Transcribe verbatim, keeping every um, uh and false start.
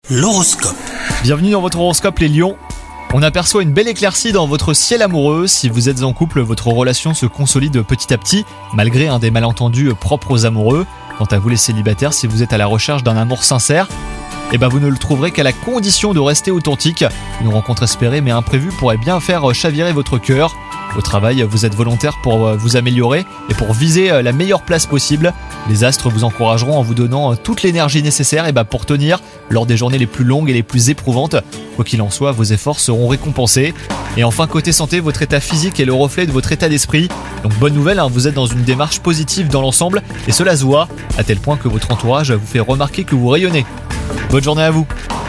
L'horoscope. Bienvenue dans votre horoscope les lions. On aperçoit une belle éclaircie dans votre ciel amoureux. Si vous êtes en couple, votre relation se consolide petit à petit, malgré un des malentendus propres aux amoureux. Quant à vous les célibataires, si vous êtes à la recherche d'un amour sincère, eh ben vous ne le trouverez qu'à la condition de rester authentique. Une rencontre espérée mais imprévue pourrait bien faire chavirer votre cœur. Au travail, vous êtes volontaire pour vous améliorer et pour viser la meilleure place possible. Les astres vous encourageront en vous donnant toute l'énergie nécessaire et bah pour tenir lors des journées les plus longues et les plus éprouvantes. Quoi qu'il en soit, vos efforts seront récompensés. Et enfin, côté santé, votre état physique est le reflet de votre état d'esprit. Donc bonne nouvelle, hein, vous êtes dans une démarche positive dans l'ensemble et cela se voit, à tel point que votre entourage vous fait remarquer que vous rayonnez. Bonne journée à vous.